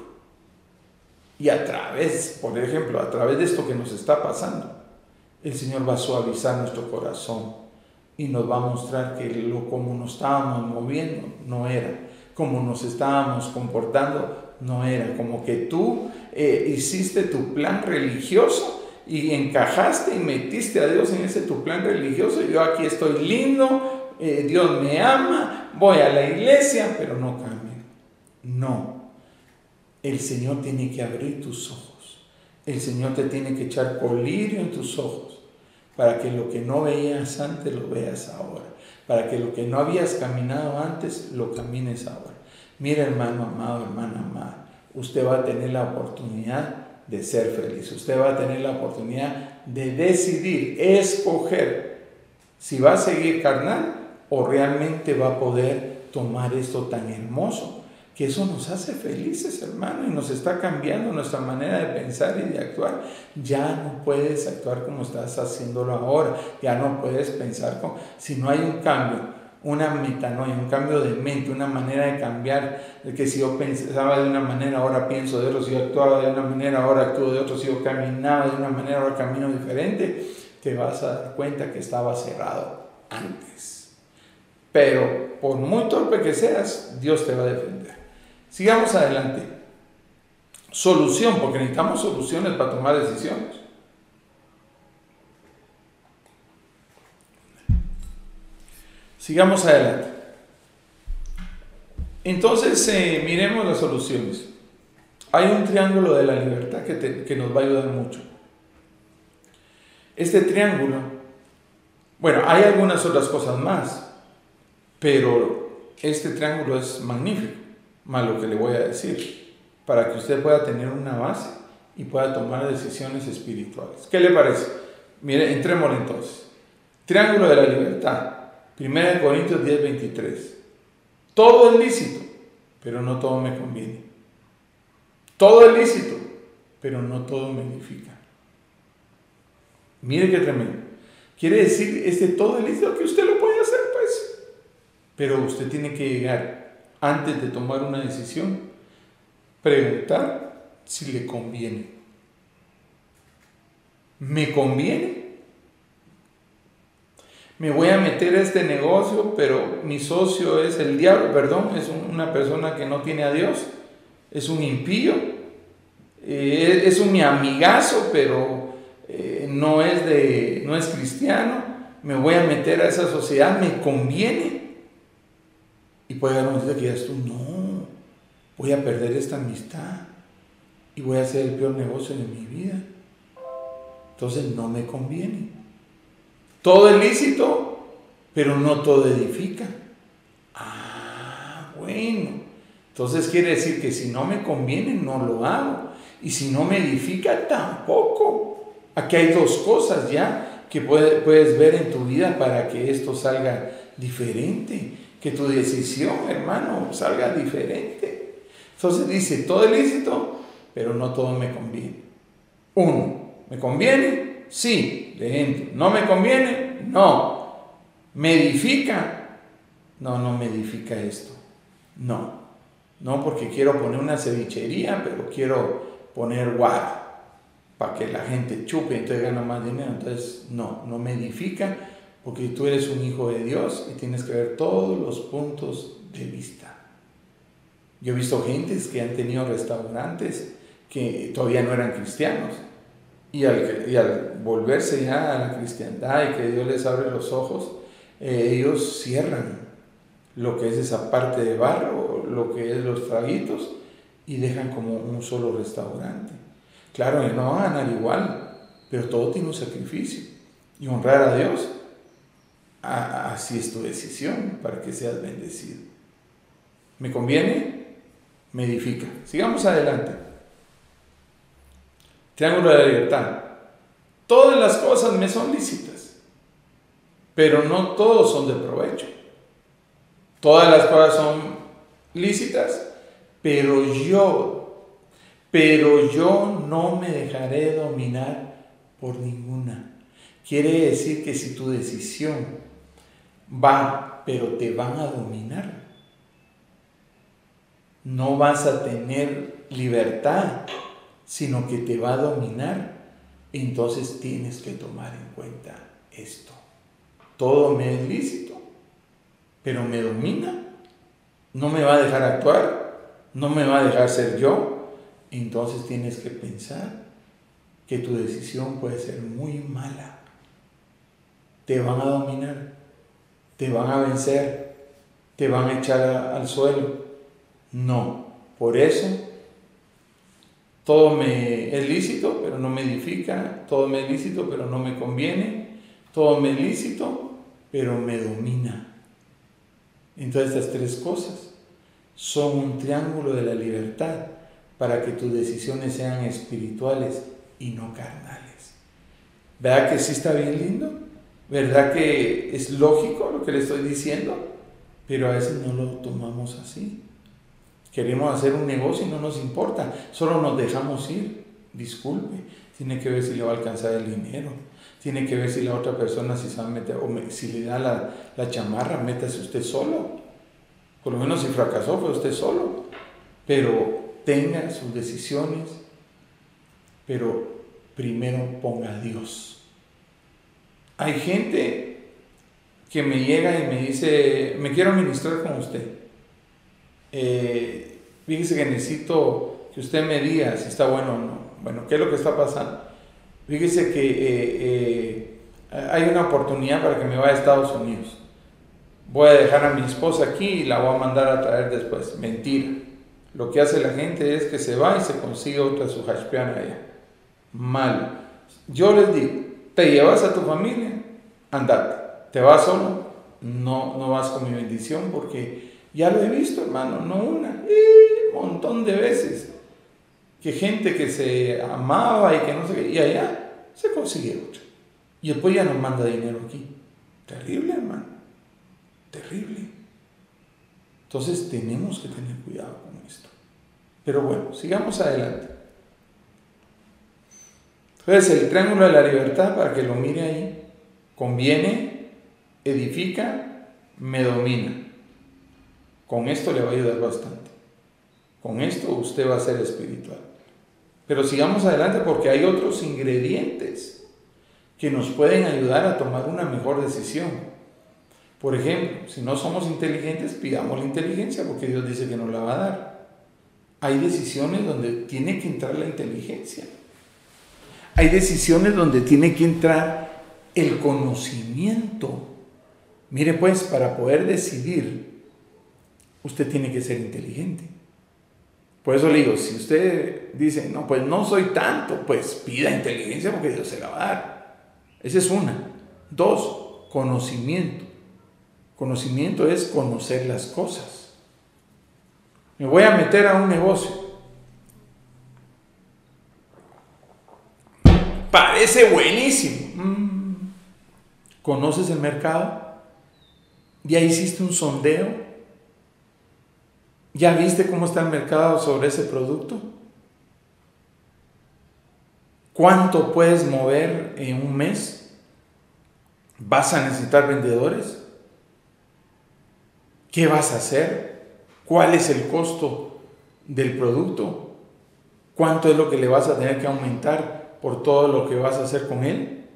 Y a través, por ejemplo, a través de esto que nos está pasando, el Señor va a suavizar nuestro corazón y nos va a mostrar que lo como nos estábamos moviendo no era, como nos estábamos comportando no era, como que tú eh, hiciste tu plan religioso y encajaste y metiste a Dios en ese tu plan religioso. Yo aquí estoy lindo, eh, Dios me ama, voy a la iglesia, pero no cambia. No, el Señor tiene que abrir tus ojos, el Señor te tiene que echar colirio en tus ojos, para que lo que no veías antes lo veas ahora, para que lo que no habías caminado antes lo camines ahora. Mira, hermano amado, hermana amada, usted va a tener la oportunidad de ser feliz, usted va a tener la oportunidad de decidir, escoger si va a seguir carnal o realmente va a poder tomar esto tan hermoso, que eso nos hace felices, hermano, y nos está cambiando nuestra manera de pensar y de actuar. Ya no puedes actuar como estás haciéndolo ahora, ya no puedes pensar como, si no hay un cambio, una metanoia, un cambio de mente, una manera de cambiar, de que si yo pensaba de una manera, ahora pienso de otro, si yo actuaba de una manera, ahora actúo de otro, si yo caminaba de una manera, ahora camino diferente, te vas a dar cuenta que estaba cerrado antes. Pero por muy torpe que seas, Dios te va a defender. Sigamos adelante. solución, porque necesitamos soluciones para tomar decisiones. Sigamos adelante. Entonces, eh, miremos las soluciones. Hay un triángulo de la libertad que, te, que nos va a ayudar mucho. Este triángulo, bueno, hay algunas otras cosas más, pero este triángulo es magnífico, más lo que le voy a decir, para que usted pueda tener una base y pueda tomar decisiones espirituales. ¿Qué le parece? Mire, entrémosle entonces. Triángulo de la libertad, primera de Corintios diez, veintitrés. Todo es lícito, pero no todo me conviene. Todo es lícito, pero no todo me edifica. Mire qué tremendo. Quiere decir, este todo es lícito, que usted lo puede hacer, pues. Pero usted tiene que llegar, antes de tomar una decisión, preguntar si le conviene. ¿Me conviene? Me voy a meter a este negocio, pero mi socio es el diablo, perdón, es una persona que no tiene a Dios, es un impío, eh, es un mi amigazo, pero eh, no, es de, no es cristiano. Me voy a meter a esa sociedad, ¿me conviene? Y puede haber un momento que digas tú, no, voy a perder esta amistad y voy a hacer el peor negocio de mi vida. Entonces no me conviene. Todo es lícito, pero no todo edifica. Ah, bueno. Entonces quiere decir que si no me conviene, no lo hago. Y si no me edifica, tampoco. Aquí hay dos cosas ya que puede, puedes ver en tu vida para que esto salga diferente. Que tu decisión, hermano, salga diferente. Entonces dice, todo es lícito, pero no todo me conviene. Uno, ¿me conviene? Sí, le entro. ¿No me conviene? No. ¿Me edifica? No, no me edifica esto. No. No, porque quiero poner una cevichería, pero quiero poner guaro para que la gente chupe y entonces gana más dinero. Entonces, no, no me edifica, porque tú eres un hijo de Dios y tienes que ver todos los puntos de vista. Yo he visto gentes que han tenido restaurantes que todavía no eran cristianos. Y al, y al volverse ya a la cristiandad y que Dios les abre los ojos, eh, ellos cierran lo que es esa parte de barro, lo que es los traguitos, y dejan como un solo restaurante. Claro, no van a ganar igual, pero todo tiene un sacrificio. Y honrar a Dios, a, así es tu decisión para que seas bendecido. ¿Me conviene? Me edifica. Sigamos adelante. Triángulo de la libertad. Todas las cosas me son lícitas, pero no todos son de provecho. Todas las cosas son lícitas, pero yo, pero yo no me dejaré dominar por ninguna. Quiere decir que si tu decisión va, pero te van a dominar, no vas a tener libertad, sino que te va a dominar. Entonces tienes que tomar en cuenta esto. Todo me es lícito, pero me domina, no me va a dejar actuar, no me va a dejar ser yo. Entonces tienes que pensar que tu decisión puede ser muy mala. Te van a dominar, te van a vencer, te van a echar a, al suelo. No, por eso todo me es lícito, pero no me edifica. Todo me es lícito, pero no me conviene. Todo me es lícito, pero me domina. Entonces estas tres cosas son un triángulo de la libertad para que tus decisiones sean espirituales y no carnales. ¿Verdad que sí está bien lindo? ¿Verdad que es lógico lo que le estoy diciendo? Pero a veces no lo tomamos así. Queremos hacer un negocio y no nos importa, solo nos dejamos ir. Disculpe, tiene que ver si le va a alcanzar el dinero, tiene que ver si la otra persona si se va a meter, o me, si le da la, la chamarra, métase usted solo. Por lo menos si fracasó fue usted solo. Pero tenga sus decisiones, pero primero ponga a Dios. Hay gente que me llega y me dice, me quiero ministrar con usted. Eh, fíjese que necesito que usted me diga si está bueno o no. Bueno, ¿qué es lo que está pasando? Fíjese que eh, eh, hay una oportunidad para que me vaya a Estados Unidos. Voy a dejar a mi esposa aquí y la voy a mandar a traer después. Mentira. Lo que hace la gente es que se va y se consigue otra sujashpiana allá. Mal. Yo les digo, ¿te llevas a tu familia? Andate. ¿Te vas solo? No, no vas con mi bendición, porque ya lo he visto, hermano, no una, eh, un montón de veces. Que gente que se amaba y que no sé qué, y allá se consigue otra. Y después ya nos manda dinero aquí. Terrible, hermano. Terrible. Entonces tenemos que tener cuidado con esto. Pero bueno, sigamos adelante. Entonces el triángulo de la libertad, para que lo mire ahí, conviene, edifica, me domina. Con esto le va a ayudar bastante. Con esto usted va a ser espiritual. Pero sigamos adelante porque hay otros ingredientes que nos pueden ayudar a tomar una mejor decisión. Por ejemplo, si no somos inteligentes, pidamos la inteligencia porque Dios dice que nos la va a dar. Hay decisiones donde tiene que entrar la inteligencia. Hay decisiones donde tiene que entrar el conocimiento. Mire pues, para poder decidir, usted tiene que ser inteligente. Por eso le digo, si usted dice, no, pues no soy tanto, pues pida inteligencia porque Dios se la va a dar. Esa es una. Dos, conocimiento. Conocimiento es conocer las cosas. Me voy a meter a un negocio. Parece buenísimo. Mm. ¿Conoces el mercado? ¿Ya hiciste un sondeo? ¿Ya viste cómo está el mercado sobre ese producto? ¿Cuánto puedes mover en un mes? ¿Vas a necesitar vendedores? ¿Qué vas a hacer? ¿Cuál es el costo del producto? ¿Cuánto es lo que le vas a tener que aumentar por todo lo que vas a hacer con él?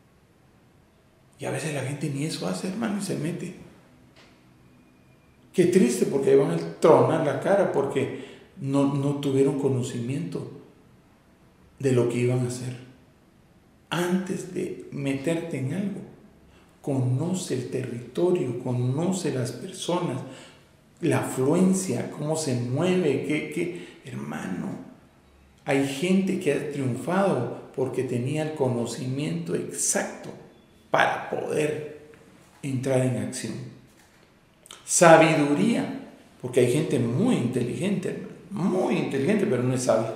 Y a veces la gente ni eso hace, hermano, y se mete. Qué triste, porque ahí van a tronar la cara porque no, no tuvieron conocimiento de lo que iban a hacer. Antes de meterte en algo, conoce el territorio, conoce las personas, la afluencia, cómo se mueve, qué, qué, hermano. Hay gente que ha triunfado porque tenía el conocimiento exacto para poder entrar en acción. Sabiduría, porque hay gente muy inteligente, muy inteligente, pero no es sabia.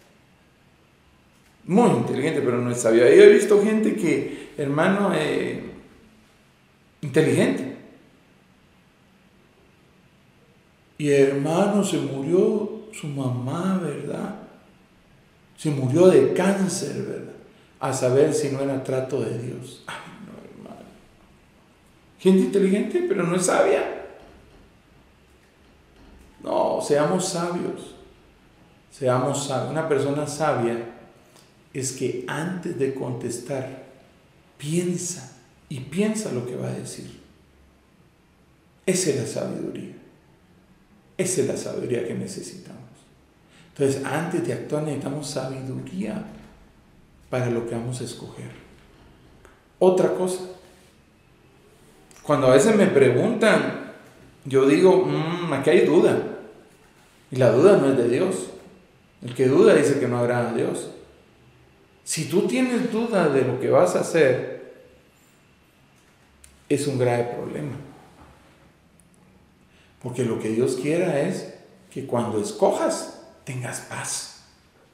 Muy inteligente, pero no es sabia. Yo he visto gente que, hermano, eh, inteligente. Y hermano, se murió su mamá, ¿verdad? Se murió de cáncer, ¿verdad? A saber si no era trato de Dios. Ay, no, hermano. Gente inteligente, pero no es sabia. No, seamos sabios. Seamos sabios. Una persona sabia es que antes de contestar, piensa y piensa lo que va a decir. Esa es la sabiduría. Esa es la sabiduría que necesitamos. Entonces, antes de actuar necesitamos sabiduría para lo que vamos a escoger. Otra cosa, cuando a veces me preguntan, yo digo, mmm, aquí hay duda. Y la duda no es de Dios. El que duda dice que no agrada a Dios. Si tú tienes duda de lo que vas a hacer, es un grave problema. Porque lo que Dios quiera es que cuando escojas, tengas paz.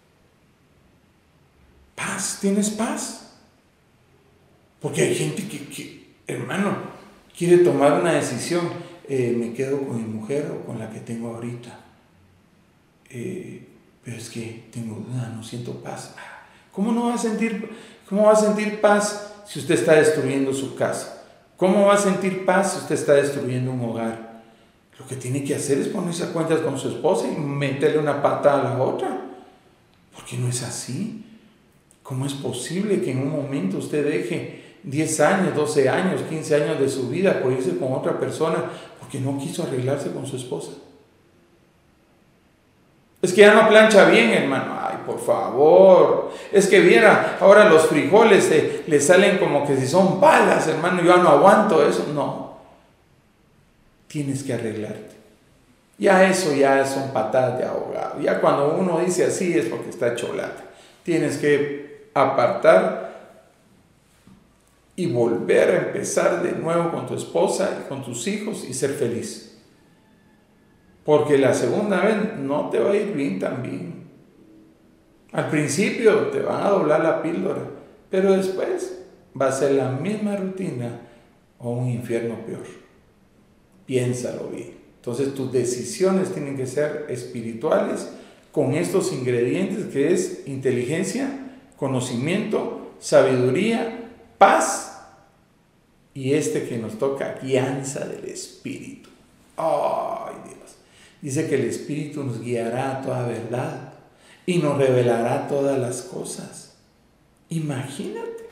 Paz, tienes paz. Porque hay gente que, que hermano, quiere tomar una decisión. Eh, me quedo con mi mujer o con la que tengo ahorita. Eh, pero es que tengo duda, no siento paz. ¿Cómo no va a sentir, cómo va a sentir paz si usted está destruyendo su casa? ¿Cómo va a sentir paz si usted está destruyendo un hogar? Lo que tiene que hacer es ponerse a cuentas con su esposa y meterle una pata a la otra. Porque no es así. ¿Cómo es posible que en un momento usted deje diez años, doce años, quince años de su vida por irse con otra persona porque no quiso arreglarse con su esposa? Es que ya no plancha bien, hermano. Ay, por favor. Es que viera, ahora los frijoles eh, le salen como que si son balas, hermano. Yo no aguanto eso. No. Tienes que arreglarte. Ya eso ya son patadas de ahogado. Ya cuando uno dice así es porque está cholata. Tienes que apartar y volver a empezar de nuevo con tu esposa y con tus hijos y ser feliz. Porque la segunda vez no te va a ir bien también. Al principio te van a doblar la píldora, pero después va a ser la misma rutina o un infierno peor. Piénsalo bien. Entonces tus decisiones tienen que ser espirituales con estos ingredientes que es inteligencia, conocimiento, sabiduría, paz y este que nos toca, guianza del Espíritu. ¡Ay, Dios! Dice que el Espíritu nos guiará a toda verdad y nos revelará todas las cosas. Imagínate.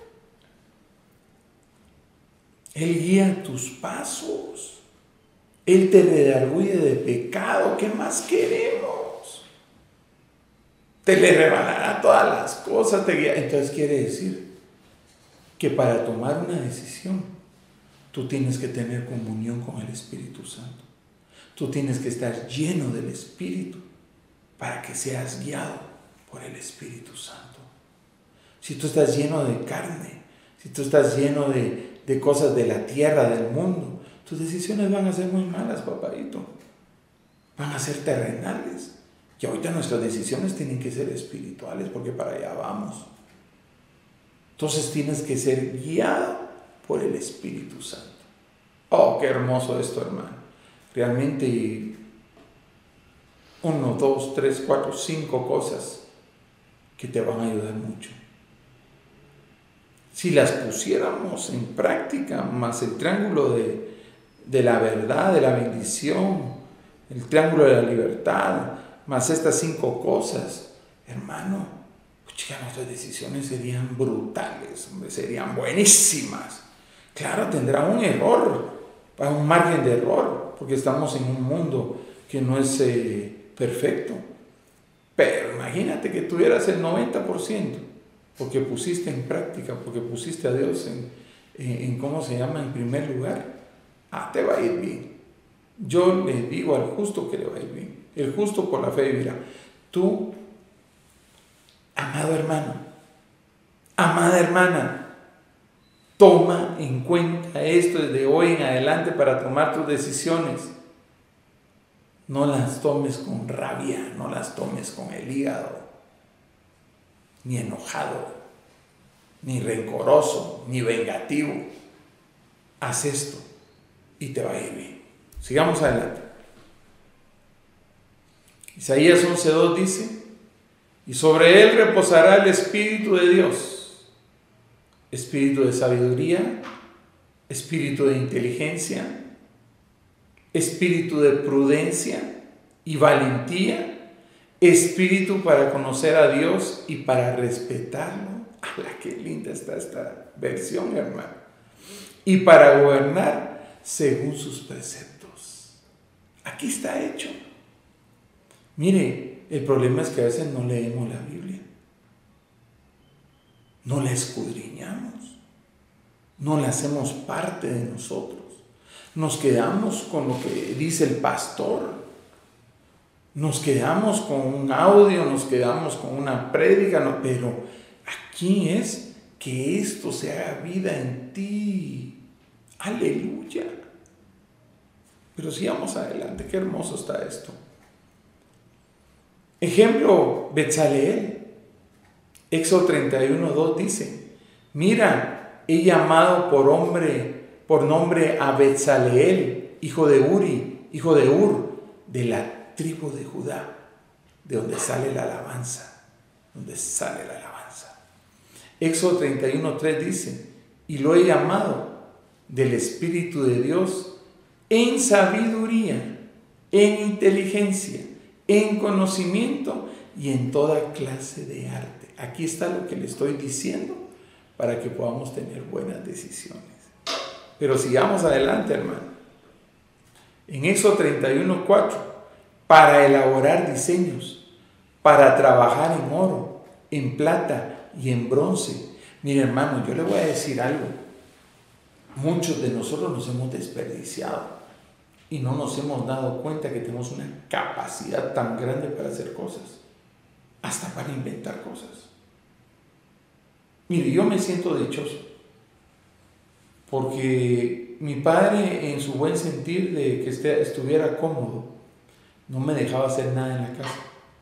Él guía tus pasos. Él te redarguye de pecado. ¿Qué más queremos? Te le revelará todas las cosas. Te guía. Entonces quiere decir que para tomar una decisión, tú tienes que tener comunión con el Espíritu Santo. Tú tienes que estar lleno del Espíritu para que seas guiado por el Espíritu Santo. Si tú estás lleno de carne, si tú estás lleno de, de cosas de la tierra, del mundo, tus decisiones van a ser muy malas, papadito. Van a ser terrenales. Y ahorita nuestras decisiones tienen que ser espirituales porque para allá vamos. Entonces tienes que ser guiado por el Espíritu Santo. Oh, qué hermoso esto, hermano. Realmente uno, dos, tres, cuatro, cinco cosas que te van a ayudar mucho. Si las pusiéramos en práctica, más el triángulo de, de la verdad, de la bendición, el triángulo de la libertad, más estas cinco cosas, hermano, pues ya nuestras decisiones serían brutales, serían buenísimas. Claro, tendrá un error, un margen de error, porque estamos en un mundo que no es eh, perfecto. Pero imagínate que tuvieras el noventa por ciento, porque pusiste en práctica, porque pusiste a Dios en, en, en ¿cómo se llama?, en primer lugar. Ah, te va a ir bien. Yo le digo al justo que le va a ir bien. El justo por la fe vivirá. Tú, amado hermano, amada hermana, toma en cuenta esto desde hoy en adelante para tomar tus decisiones. No las tomes con rabia, no las tomes con el hígado, ni enojado, ni rencoroso, ni vengativo. Haz esto y te va a ir bien. Sigamos adelante. Isaías once dos dice: y sobre él reposará el Espíritu de Dios, espíritu de sabiduría, espíritu de inteligencia, espíritu de prudencia y valentía, espíritu para conocer a Dios y para respetarlo. ¡Hala, qué linda está esta versión, hermano! Y para gobernar según sus preceptos. Aquí está hecho. Mire, el problema es que a veces no leemos la Biblia. No la escudriñamos, no la hacemos parte de nosotros, nos quedamos con lo que dice el pastor, nos quedamos con un audio, nos quedamos con una prédica, no, pero aquí es que esto se haga vida en ti. Aleluya. Pero sigamos adelante, qué hermoso está esto. Ejemplo, Betzaleel. Éxodo treinta y uno dos dice: mira, he llamado por hombre, por nombre a Betzaleel, hijo de Uri, hijo de Ur, de la tribu de Judá, de donde sale la alabanza, donde sale la alabanza. Éxodo treinta y uno tres dice: y lo he llamado del Espíritu de Dios en sabiduría, en inteligencia, en conocimiento y en toda clase de arte. Aquí está lo que le estoy diciendo para que podamos tener buenas decisiones. Pero sigamos adelante, hermano. En Éxodo treinta y uno cuatro, para elaborar diseños, para trabajar en oro, en plata y en bronce. Mire, hermano, yo le voy a decir algo. Muchos de nosotros nos hemos desperdiciado y no nos hemos dado cuenta que tenemos una capacidad tan grande para hacer cosas, hasta para inventar cosas. Mire, yo me siento dichoso porque mi padre, en su buen sentir de que esté, estuviera cómodo, no me dejaba hacer nada en la casa.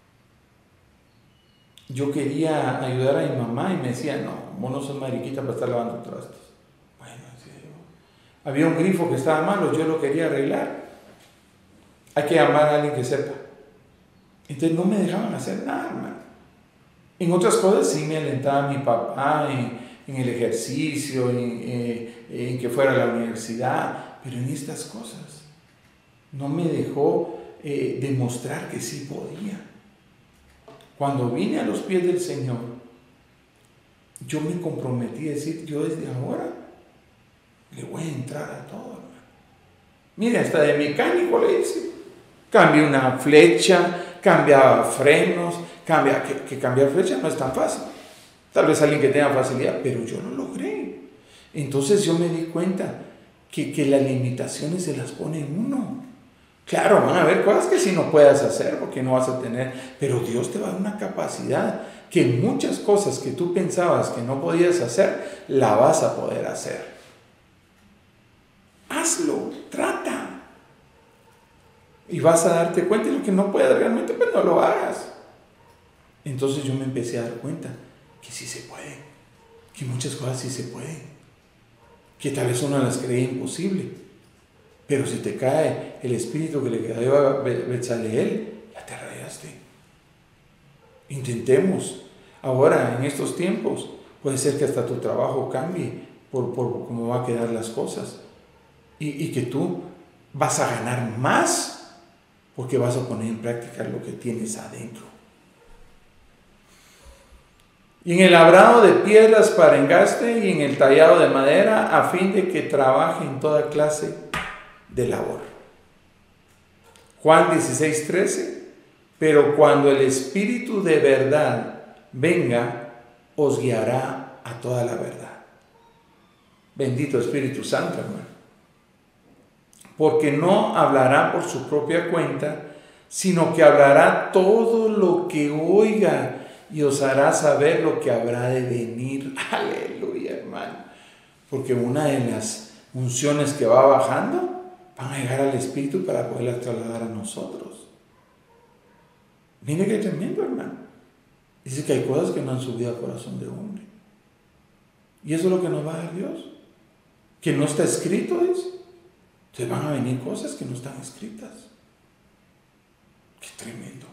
Yo quería ayudar a mi mamá y me decía, no, vos no sos mariquita para estar lavando trastos. Bueno, decía yo. Había un grifo que estaba malo, yo lo quería arreglar. Hay que llamar a alguien que sepa. Entonces no me dejaban hacer nada, hermano. En otras cosas sí me alentaba mi papá en, en el ejercicio, en, eh, en que fuera a la universidad, pero en estas cosas no me dejó eh, demostrar que sí podía. Cuando vine a los pies del Señor, yo me comprometí a decir, yo desde ahora le voy a entrar a todo, hermano. Mire, hasta de mecánico le hice. Cambié una flecha, cambiaba frenos, cambia, que, que cambiar flecha no es tan fácil. Tal vez alguien que tenga facilidad, pero yo lo logré. Entonces yo me di cuenta que, que las limitaciones se las pone uno. Claro, van a haber cosas que sí no puedas hacer porque no vas a tener, pero Dios te va a dar una capacidad que muchas cosas que tú pensabas que no podías hacer, la vas a poder hacer. Hazlo, trata. Y vas a darte cuenta de lo que no puedes realmente, pero no lo hagas. Entonces yo me empecé a dar cuenta que sí se puede, que muchas cosas sí se pueden, que tal vez uno las creía imposible. Pero si te cae el espíritu que le quedó a Bezaleel, ya te rayaste. Intentemos. Ahora, en estos tiempos, puede ser que hasta tu trabajo cambie por, por cómo va a quedar las cosas. Y, y que tú vas a ganar más porque vas a poner en práctica lo que tienes adentro. Y en el labrado de piedras para engaste y en el tallado de madera, a fin de que trabaje en toda clase de labor. Juan dieciséis, trece. Pero cuando el Espíritu de verdad venga, os guiará a toda la verdad. Bendito Espíritu Santo, hermano. Porque no hablará por su propia cuenta, sino que hablará todo lo que oiga y os hará saber lo que habrá de venir. Aleluya, hermano. Porque una de las unciones que va bajando van a llegar al Espíritu para poderlas trasladar a nosotros. Mire qué tremendo, hermano. Dice que hay cosas que no han subido al corazón de hombre. Y eso es lo que nos va a dar Dios. Que no está escrito eso. Entonces van a venir cosas que no están escritas. Qué tremendo.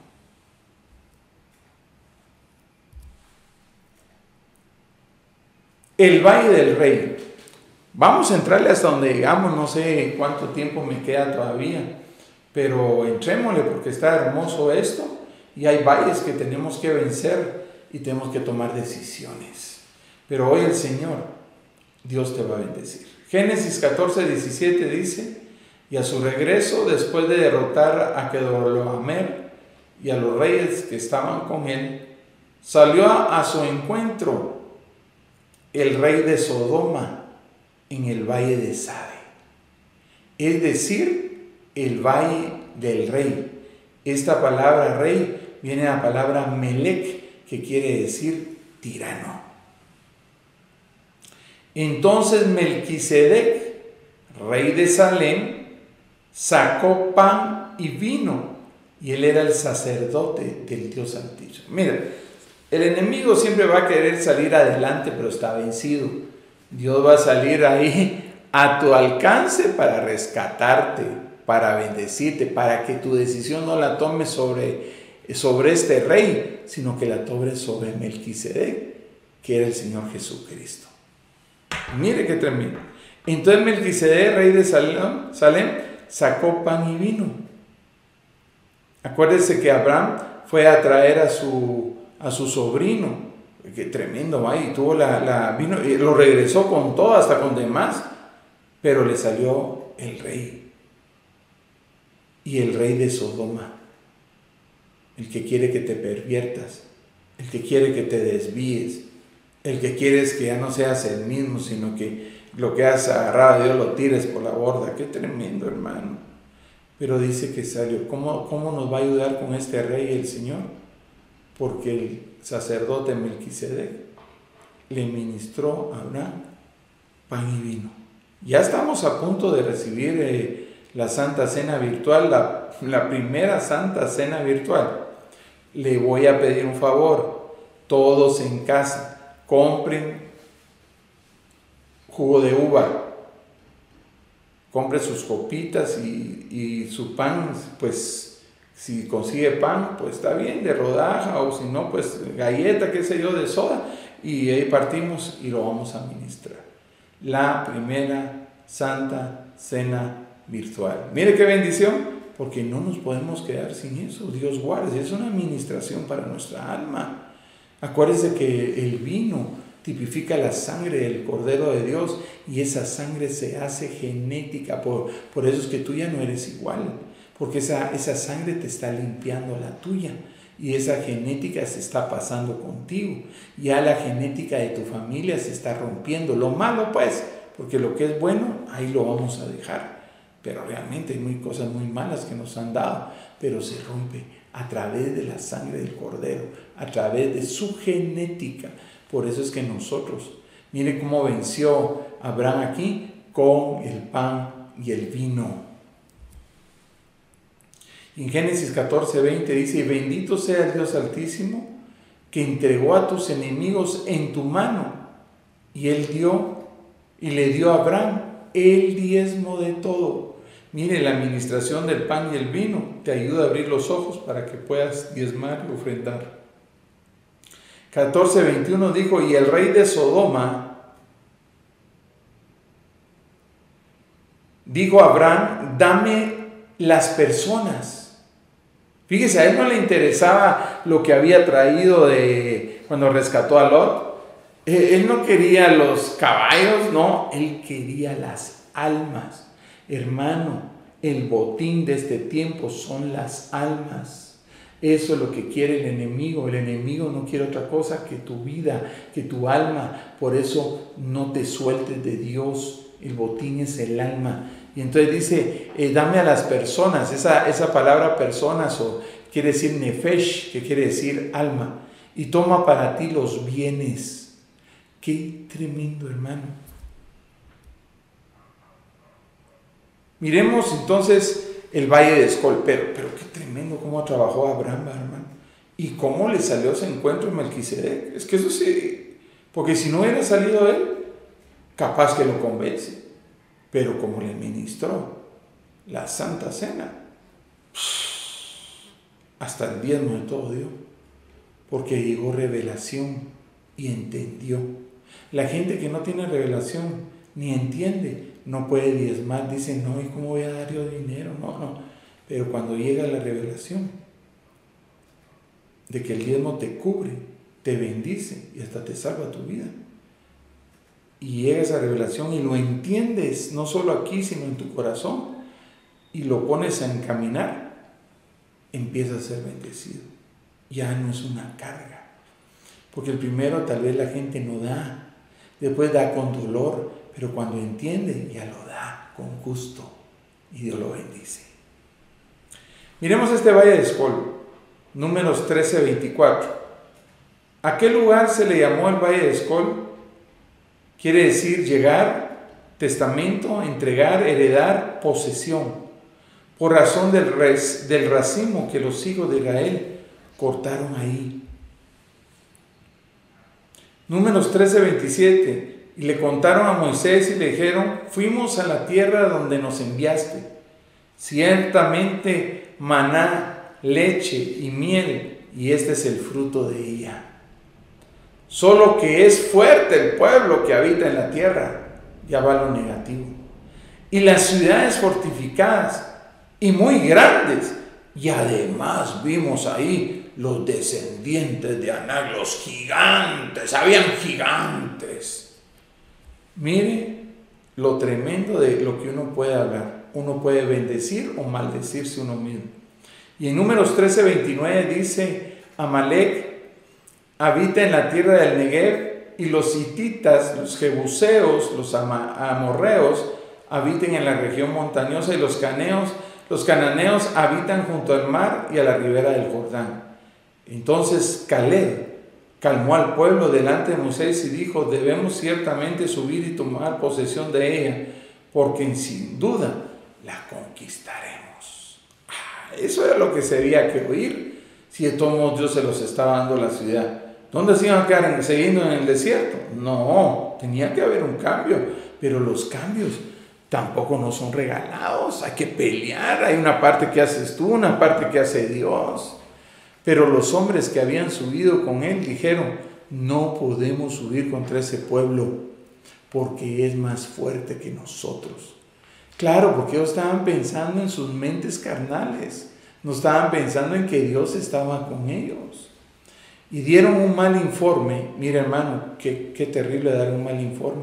El Valle del Rey. Vamos a entrarle hasta donde llegamos, no sé cuánto tiempo me queda todavía, pero entrémosle porque está hermoso esto y hay valles que tenemos que vencer y tenemos que tomar decisiones. Pero hoy el Señor, Dios te va a bendecir. Génesis catorce, diecisiete dice, y a su regreso, después de derrotar a Kedorlaomer y a los reyes que estaban con él, salió a, a su encuentro el rey de Sodoma en el valle de Sade, es decir, el valle del rey. Esta palabra rey viene de la palabra Melec, que quiere decir tirano. Entonces Melquisedec, rey de Salem, sacó pan y vino, y él era el sacerdote del Dios Altísimo. Mira, el enemigo siempre va a querer salir adelante, pero está vencido. Dios va a salir ahí a tu alcance para rescatarte, para bendecirte, para que tu decisión no la tomes sobre, sobre este rey, sino que la tomes sobre Melquisedec, que era el Señor Jesucristo. Mire qué tremendo. Entonces Melquisedec, rey de Salem, Salem, sacó pan y vino. Acuérdese que Abraham fue a traer a su, a su sobrino. Qué tremendo, ¿va? Y tuvo la, la vino, y lo regresó con todo, hasta con demás, pero le salió el rey, y el rey de Sodoma. el que quiere que te perviertas, el que quiere que te desvíes, el que quiere es que ya no seas el mismo, sino que lo que has agarrado a Dios lo tires por la borda. Qué tremendo, hermano. Pero dice que salió. ¿Cómo, cómo nos va a ayudar con este rey el Señor? Porque el sacerdote Melquisedec le ministró a Abraham pan y vino. Ya estamos a punto de recibir eh, la Santa Cena Virtual, la, la primera Santa Cena Virtual. Le voy a pedir un favor, todos en casa, compren jugo de uva, compren sus copitas y, y su pan, pues si consigue pan, pues está bien, de rodaja, o si no, pues galleta, qué sé yo, de soda, y ahí partimos y lo vamos a ministrar. La primera Santa Cena Virtual. Mire qué bendición, porque no nos podemos quedar sin eso. Dios guarde, es una administración para nuestra alma. Acuérdese que el vino tipifica la sangre del Cordero de Dios y esa sangre se hace genética. Por, por eso es que tú ya no eres igual, porque esa, esa sangre te está limpiando la tuya y esa genética se está pasando contigo. Ya la genética de tu familia se está rompiendo. Lo malo pues, porque lo que es bueno, ahí lo vamos a dejar. Pero realmente hay muy cosas muy malas que nos han dado, pero se rompe a través de la sangre del Cordero, a través de su genética. Por eso es que nosotros, mire cómo venció Abraham aquí con el pan y el vino. En Génesis catorce, veinte dice, y bendito sea el Dios Altísimo, que entregó a tus enemigos en tu mano. Y él dio, y le dio a Abraham el diezmo de todo. Mire, la administración del pan y el vino te ayuda a abrir los ojos para que puedas diezmar y ofrendar. catorce, veintiuno dijo, y el rey de Sodoma dijo a Abraham, dame las personas. Fíjese, a él no le interesaba lo que había traído de cuando rescató a Lot. Él no quería los caballos, no, él quería las almas. Hermano, el botín de este tiempo son las almas. Eso es lo que quiere el enemigo. El enemigo no quiere otra cosa que tu vida, que tu alma. Por eso no te sueltes de Dios. El botín es el alma. Y entonces dice, eh, dame a las personas. Esa, esa palabra personas o quiere decir nefesh, que quiere decir alma. Y toma para ti los bienes. Qué tremendo, hermano. Miremos entonces el valle de Escol, pero, pero qué tremendo cómo trabajó Abraham, hermano, y cómo le salió ese encuentro en Melquisedec. Es que eso sí, porque si no hubiera salido él, capaz que lo convence, pero como le ministró la Santa Cena, hasta el diezmo de todo dio, porque llegó revelación y entendió. La gente que no tiene revelación ni entiende, no puede diezmar, dice, no, ¿y cómo voy a dar yo dinero? No, no. Pero cuando llega la revelación de que el diezmo te cubre, te bendice y hasta te salva tu vida, y llega esa revelación y lo entiendes, no solo aquí, sino en tu corazón, y lo pones a encaminar, empieza a ser bendecido. Ya no es una carga. Porque el primero tal vez la gente no da, después da con dolor, pero cuando entiende, ya lo da con gusto y Dios lo bendice. Miremos este valle de Escol, Números trece, veinticuatro. ¿A qué lugar se le llamó el valle de Escol? Quiere decir llegar, testamento, entregar, heredar, posesión, por razón del, res, del racimo que los hijos de Israel cortaron ahí. Números trece, veintisiete. Y le contaron a Moisés y le dijeron, fuimos a la tierra donde nos enviaste. Ciertamente maná, leche y miel, y este es el fruto de ella. Solo que es fuerte el pueblo que habita en la tierra, ya va lo negativo. Y las ciudades fortificadas y muy grandes, y además vimos ahí los descendientes de Anac, los gigantes, habían gigantes. Mire lo tremendo de lo que uno puede hablar. Uno puede bendecir o maldecirse uno mismo. Y en Números trece, veintinueve dice, Amalek habita en la tierra del Negev, y los hititas, los jebuseos, los amorreos habitan en la región montañosa, y los caneos, los cananeos habitan junto al mar y a la ribera del Jordán. Entonces Caleb calmó al pueblo delante de Moisés y dijo, debemos ciertamente subir y tomar posesión de ella, porque sin duda la conquistaremos. Ah, eso era lo que se había que oír, si de todos modos Dios se los estaba dando la ciudad. ¿Dónde se iban a quedar? ¿Siguiendo en el desierto? No, tenía que haber un cambio, pero los cambios tampoco no son regalados, hay que pelear, hay una parte que haces tú, una parte que hace Dios. Pero los hombres que habían subido con él dijeron, no podemos subir contra ese pueblo porque es más fuerte que nosotros. Claro, porque ellos estaban pensando en sus mentes carnales, no estaban pensando en que Dios estaba con ellos. Y dieron un mal informe. Mira, hermano, qué, qué terrible dar un mal informe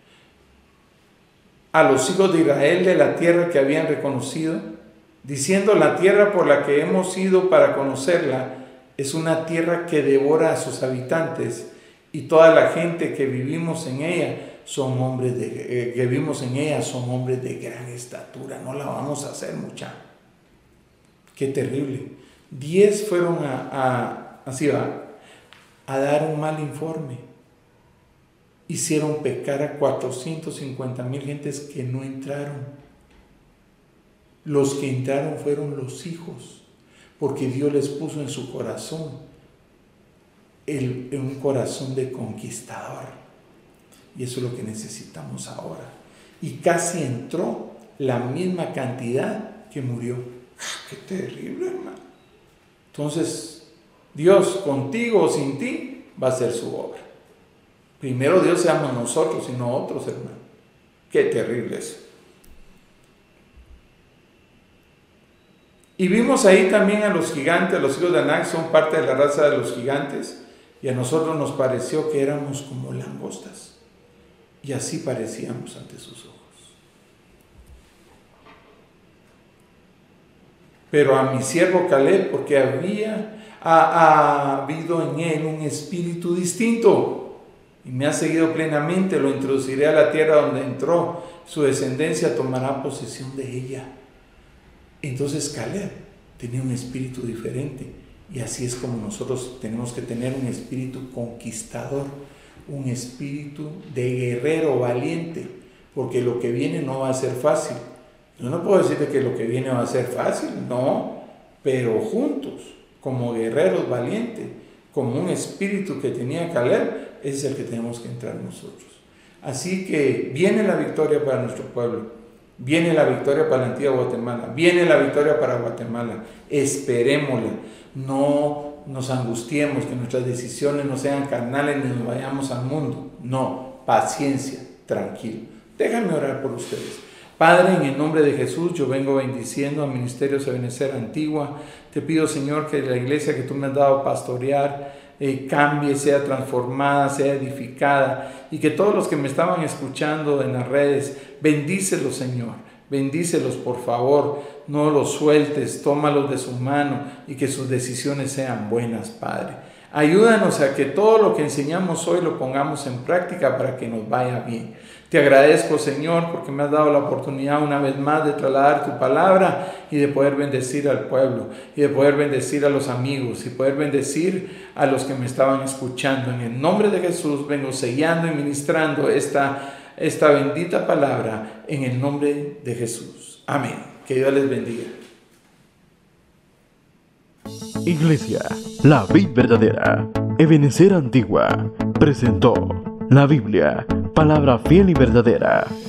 a los hijos de Israel de la tierra que habían reconocido, diciendo, la tierra por la que hemos ido para conocerla es una tierra que devora a sus habitantes, y toda la gente que vivimos en ella son hombres de, eh, que vivimos en ella son hombres de gran estatura. No la vamos a hacer, mucha. Qué terrible. Diez fueron a, a así va, a dar un mal informe. Hicieron pecar a cuatrocientos cincuenta mil gentes que no entraron. Los que entraron fueron los hijos, porque Dios les puso en su corazón el, un corazón de conquistador. Y eso es lo que necesitamos ahora. Y casi entró la misma cantidad que murió. ¡Qué terrible, hermano! Entonces, Dios contigo o sin ti va a hacer su obra. Primero Dios se ama a nosotros y no a otros, hermano. Qué terrible eso. Y vimos ahí también a los gigantes, los hijos de Anak son parte de la raza de los gigantes, y a nosotros nos pareció que éramos como langostas, y así parecíamos ante sus ojos. Pero a mi siervo Caleb, porque había ha, ha habido en él un espíritu distinto, y me ha seguido plenamente, lo introduciré a la tierra donde entró, su descendencia tomará posesión de ella. Entonces Caleb tenía un espíritu diferente, y así es como nosotros tenemos que tener un espíritu conquistador, un espíritu de guerrero valiente, porque lo que viene no va a ser fácil. Yo no puedo decirte que lo que viene va a ser fácil, no, pero juntos, como guerreros valientes, como un espíritu que tenía Caleb, ese es el que tenemos que entrar nosotros. Así que viene la victoria para nuestro pueblo, viene la victoria para la antigua Guatemala, viene la victoria para Guatemala, esperémosla, no nos angustiemos, que nuestras decisiones no sean carnales ni nos vayamos al mundo, no, paciencia, tranquilo. Déjenme orar por ustedes. Padre, en el nombre de Jesús, yo vengo bendiciendo al Ministerio Ebenecer Antigua. Te pido, Señor, que la iglesia que tú me has dado pastorear eh, cambie, sea transformada, sea edificada, y que todos los que me estaban escuchando en las redes, bendícelos, Señor, bendícelos, por favor, no los sueltes, tómalos de su mano y que sus decisiones sean buenas, Padre. Ayúdanos a que todo lo que enseñamos hoy lo pongamos en práctica para que nos vaya bien. Te agradezco, Señor, porque me has dado la oportunidad una vez más de trasladar tu palabra y de poder bendecir al pueblo, y de poder bendecir a los amigos, y poder bendecir a los que me estaban escuchando. En el nombre de Jesús vengo sellando y ministrando esta, esta bendita palabra en el nombre de Jesús. Amén. Que Dios les bendiga. Iglesia, la Vid Verdadera, Ebenecer Antigua, presentó la Biblia, palabra fiel y verdadera.